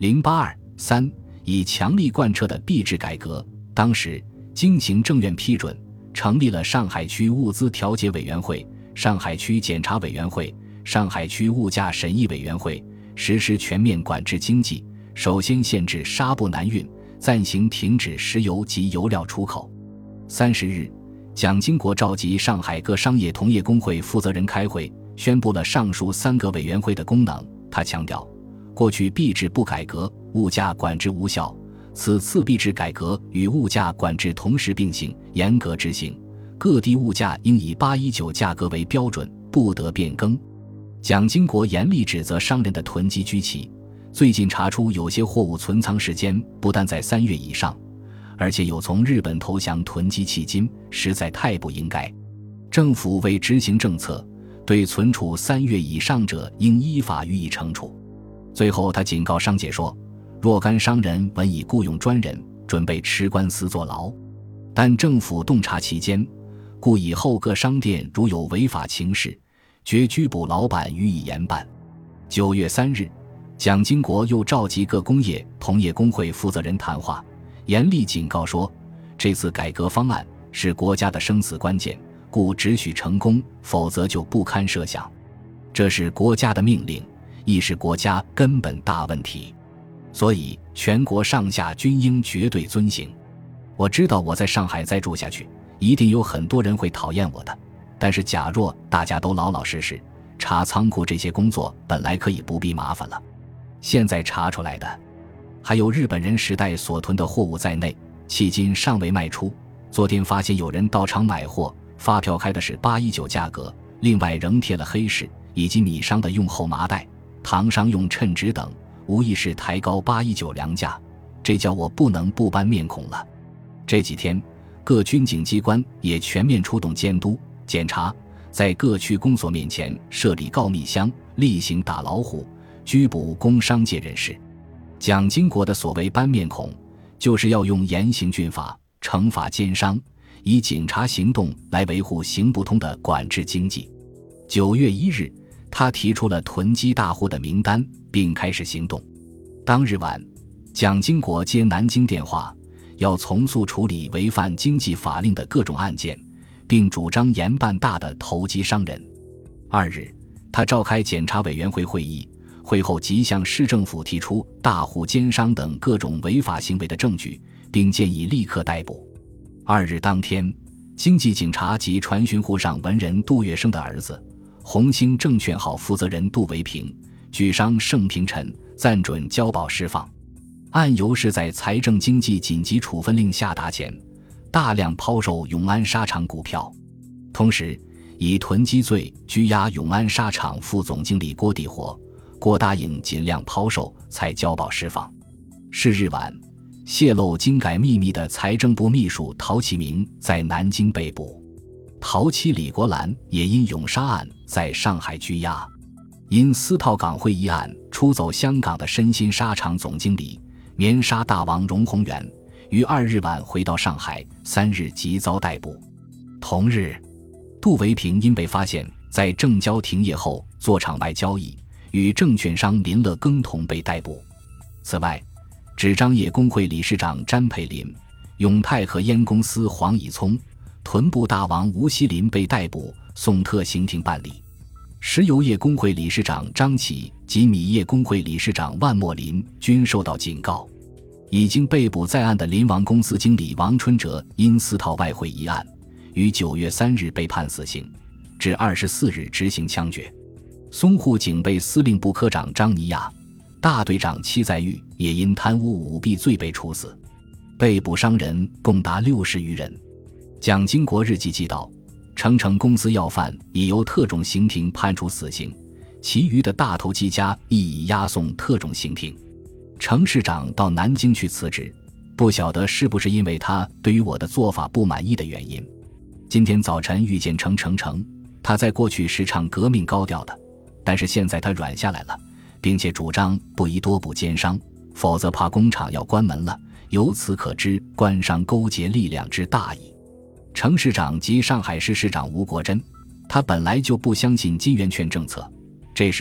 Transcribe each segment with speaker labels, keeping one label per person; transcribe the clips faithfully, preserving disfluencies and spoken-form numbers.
Speaker 1: 零八二三以强力贯彻的币制改革，当时经行政院批准，成立了上海区物资调节委员会、上海区检察委员会、上海区物价审议委员会，实施全面管制经济。首先限制纱布南运，暂行停止石油及油料出口。三十日，蒋经国召集上海各商业同业工会负责人开会，宣布了上述三个委员会的功能。他强调，过去币制不改革，物价管制无效，此次币制改革与物价管制同时并行，严格执行，各地物价应以八一九价格为标准，不得变更。蒋经国严厉指责商人的囤积居奇，最近查出有些货物存藏时间不但在三月以上，而且有从日本投降囤积迄今，实在太不应该。政府为执行政策，对存储三月以上者应依法予以惩处。最后他警告商界说，若干商人闻已雇用专人，准备持官司坐牢，但政府洞察其间，故以后各商店如有违法情事，决拘捕老板予以严办。九月三日，蒋经国又召集各工业同业工会负责人谈话，严厉警告说，这次改革方案是国家的生死关键，故只许成功，否则就不堪设想。这是国家的命令，亦是国家根本大问题，所以全国上下均应绝对遵行。我知道我在上海再住下去，一定有很多人会讨厌我的，但是假若大家都老老实实，查仓库这些工作本来可以不必麻烦了。现在查出来的还有日本人时代所囤的货物在内，迄今尚未卖出。昨天发现有人到场买货，发票开的是八一九价格，另外仍贴了黑市，以及米商的用厚麻袋，糖商用称纸等，无疑是抬高八一九粮价，这叫我不能不搬面孔了。这几天各军警机关也全面出动监督检查，在各区公所面前设立告密箱，例行打老虎，拘捕工商界人士。蒋经国的所谓搬面孔，就是要用严刑峻法惩罚奸商，以警察行动来维护行不通的管制经济。九月一日，他提出了囤积大户的名单，并开始行动。当日晚，蒋经国接南京电话，要从速处理违反经济法令的各种案件，并主张严办大的投机商人。二日，他召开检察委员会会议，会后即向市政府提出大户奸商等各种违法行为的证据，并建议立刻逮捕。二日当天，经济警察及传讯户上文人杜月笙的儿子红星证券号负责人杜维平、举商盛平臣暂准交保释放。案由是在财政经济紧急处分令下达前，大量抛售永安纱厂股票，同时以囤积罪拘押永安纱厂副总经理郭地活。郭答应尽量抛售，才交保释放。是日晚，泄露精改秘密的财政部秘书陶其明在南京被捕，陶妻李国兰也因永沙案在上海拘押。因私套港汇一案出走香港的身心纱厂总经理棉纱大王荣宏元于二日晚回到上海，三日即遭逮捕。同日，杜维平因被发现在证交停业后做场外交易，与证券商林乐耕同被逮捕。此外，纸张业工会理事长詹佩林、永泰和烟公司黄以聪、屯部大王吴锡林被逮捕，送特刑庭办理。石油业工会理事长张启及米业工会理事长万莫林均受到警告。已经被捕在案的林王公司经理王春哲因私套外汇一案，于九月三日被判死刑，至二十四日执行枪决。淞沪警备司令部科长张尼亚、大队长戚在玉也因贪污舞弊罪被处死。被捕商人共达六十余人。蒋经国日记记道，成城公司要犯已由特种刑庭判处死刑，其余的大投机家亦已押送特种刑庭。程市长到南京去辞职，不晓得是不是因为他对于我的做法不满意的原因。今天早晨遇见程程程，他在过去是唱革命高调的，但是现在他软下来了，并且主张不宜多捕奸商，否则怕工厂要关门了，由此可知官商勾结力量之大矣。程市长及上海市市长吴国桢，他本来就不相信金圆券政策，这时候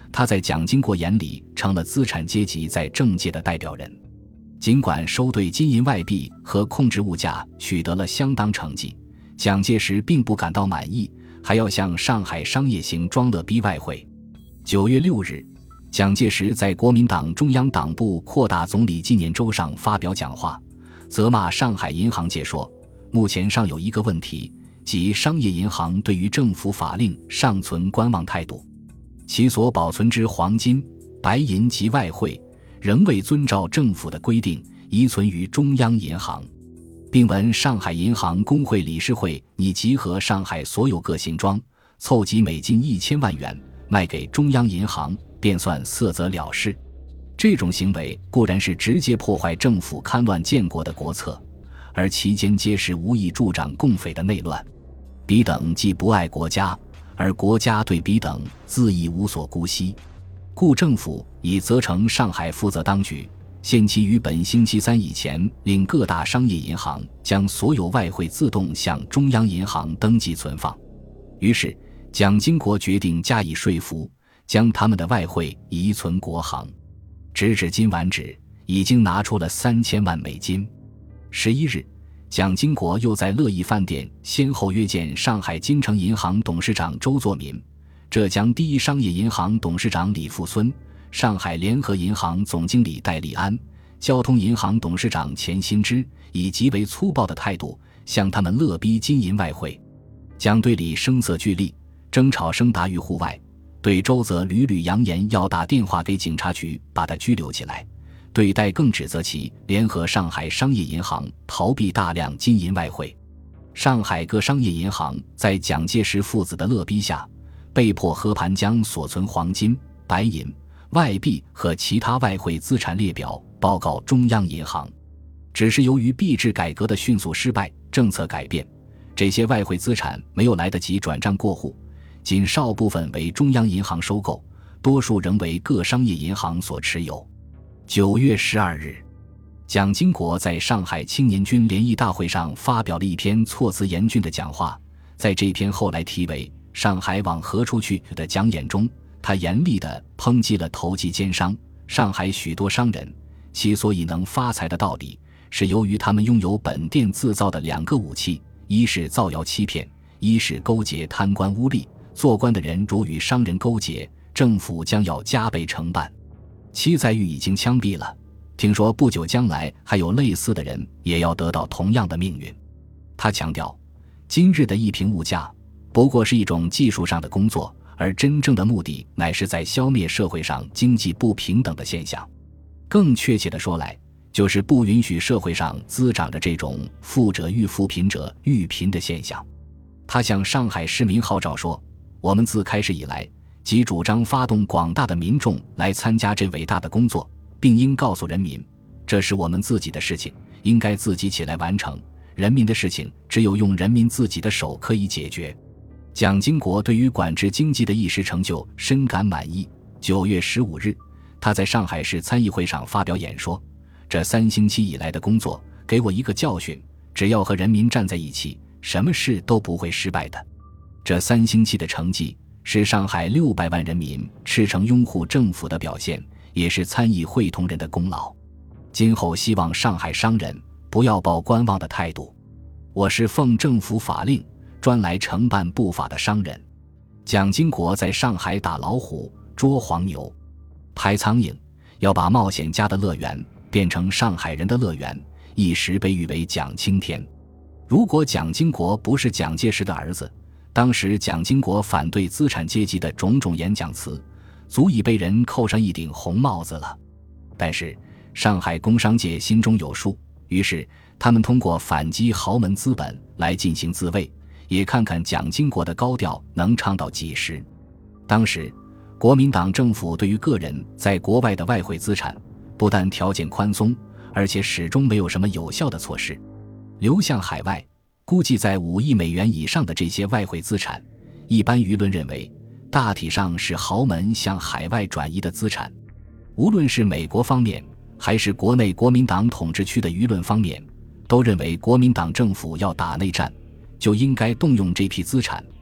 Speaker 1: 他在蒋经国眼里成了资产阶级在政界的代表人。尽管收兑金银外币和控制物价取得了相当成绩，蒋介石并不感到满意，还要向上海商业行庄乐逼外汇。九月六日，蒋介石在国民党中央党部扩大总理纪念周上发表讲话，责骂上海银行界说，目前尚有一个问题，即商业银行对于政府法令尚存观望态度，其所保存之黄金、白银及外汇仍未遵照政府的规定遗存于中央银行，并文上海银行工会理事会拟集合上海所有各行庄，凑集每金一千万元卖给中央银行，便算色泽了事。这种行为固然是直接破坏政府戡乱建国的国策，而其间皆是无意助长共匪的内乱。彼等既不爱国家，而国家对彼等自亦无所姑息，故政府已责成上海负责当局，限期于本星期三以前令各大商业银行将所有外汇自动向中央银行登记存放。于是蒋经国决定加以说服，将他们的外汇移存国行。直至今晚止，已经拿出了三千万美金。十一日，蒋经国又在乐意饭店先后约见上海金城银行董事长周作民、浙江第一商业银行董事长李富孙、上海联合银行总经理戴立安、交通银行董事长钱新之，以极为粗暴的态度向他们勒逼金银外汇。蒋对李声色俱厉，争吵声达于户外，对周则屡屡扬言要打电话给警察局把他拘留起来，对戴更指责其联合上海商业银行逃避大量金银外汇。上海各商业银行在蒋介石父子的勒逼下，被迫和盘将所存黄金、白银、外币和其他外汇资产列表报告中央银行。只是由于币制改革的迅速失败，政策改变，这些外汇资产没有来得及转账过户，仅少部分为中央银行收购，多数仍为各商业银行所持有。九月十二日，蒋经国在上海青年军联谊大会上发表了一篇措辞严峻的讲话，在这篇后来题为《上海往何处去》的讲演中，他严厉地抨击了投机奸商。上海许多商人其所以能发财的道理，是由于他们拥有本店自造的两个武器，一是造谣欺骗，一是勾结贪官污吏。做官的人如与商人勾结，政府将要加倍承办。戚在玉已经枪毙了，听说不久将来还有类似的人也要得到同样的命运。他强调，今日的一平物价不过是一种技术上的工作，而真正的目的乃是在消灭社会上经济不平等的现象。更确切地说来，就是不允许社会上滋长着这种富者愈富贫者愈贫的现象。他向上海市民号召说，我们自开始以来即主张发动广大的民众来参加这伟大的工作，并应告诉人民，这是我们自己的事情，应该自己起来完成，人民的事情只有用人民自己的手可以解决。蒋经国对于管制经济的一时成就深感满意。九月十五日，他在上海市参议会上发表演说，这三星期以来的工作给我一个教训，只要和人民站在一起，什么事都不会失败的。这三星期的成绩是上海六百万人民赤诚拥护政府的表现，也是参议会同仁的功劳。今后希望上海商人不要抱观望的态度，我是奉政府法令专来承办不法的商人。蒋经国在上海打老虎、捉黄牛、拍苍蝇，要把冒险家的乐园变成上海人的乐园，一时被誉为蒋青天。如果蒋经国不是蒋介石的儿子，当时蒋经国反对资产阶级的种种演讲词，足以被人扣上一顶红帽子了。但是上海工商界心中有数，于是他们通过反击豪门资本来进行自卫，也看看蒋经国的高调能唱到几时。当时国民党政府对于个人在国外的外汇资产不但条件宽松，而且始终没有什么有效的措施。流向海外估计在五亿美元以上的这些外汇资产，一般舆论认为大体上是豪门向海外转移的资产。无论是美国方面还是国内国民党统治区的舆论方面，都认为国民党政府要打内战，就应该动用这批资产，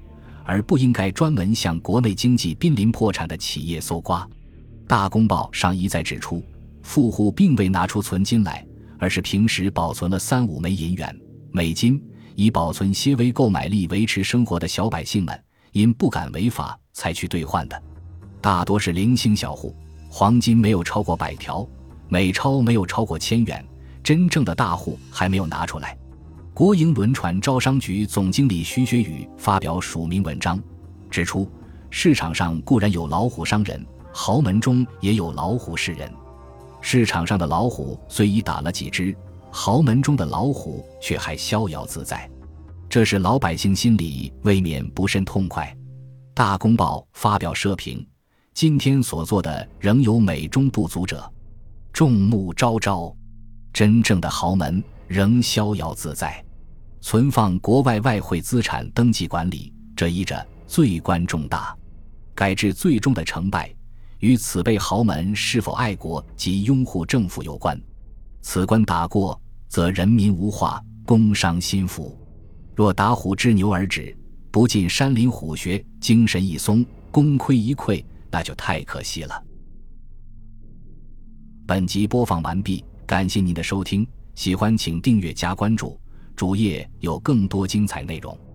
Speaker 1: 而不应该专门向国内经济濒临破产的企业搜刮。大公报上一再指出，富户并未拿出存金来，而是平时保存了三五枚银元、美金，以保存些微购买力维持生活的小百姓们因不敢违法才去兑换的。大多是零星小户，黄金没有超过百条，美钞没有超过千元，真正的大户还没有拿出来。国营轮船招商局总经理徐学宇发表署名文章，指出市场上固然有老虎商人，豪门中也有老虎市人。市场上的老虎虽已打了几只，豪门中的老虎却还逍遥自在，这使老百姓心里未免不甚痛快。大公报发表社评，今天所做的仍有美中不足者，众目昭昭，真正的豪门仍逍遥自在，存放国外外汇资产登记管理，这一者罪关重大，改制最终的成败与此辈豪门是否爱国及拥护政府有关。此关打过，则人民无话，工商心服。若打虎之牛而止，不进山林虎穴，精神一松，功亏一篑，那就太可惜了。本集播放完毕，感谢您的收听，喜欢请订阅加关注，主页有更多精彩内容。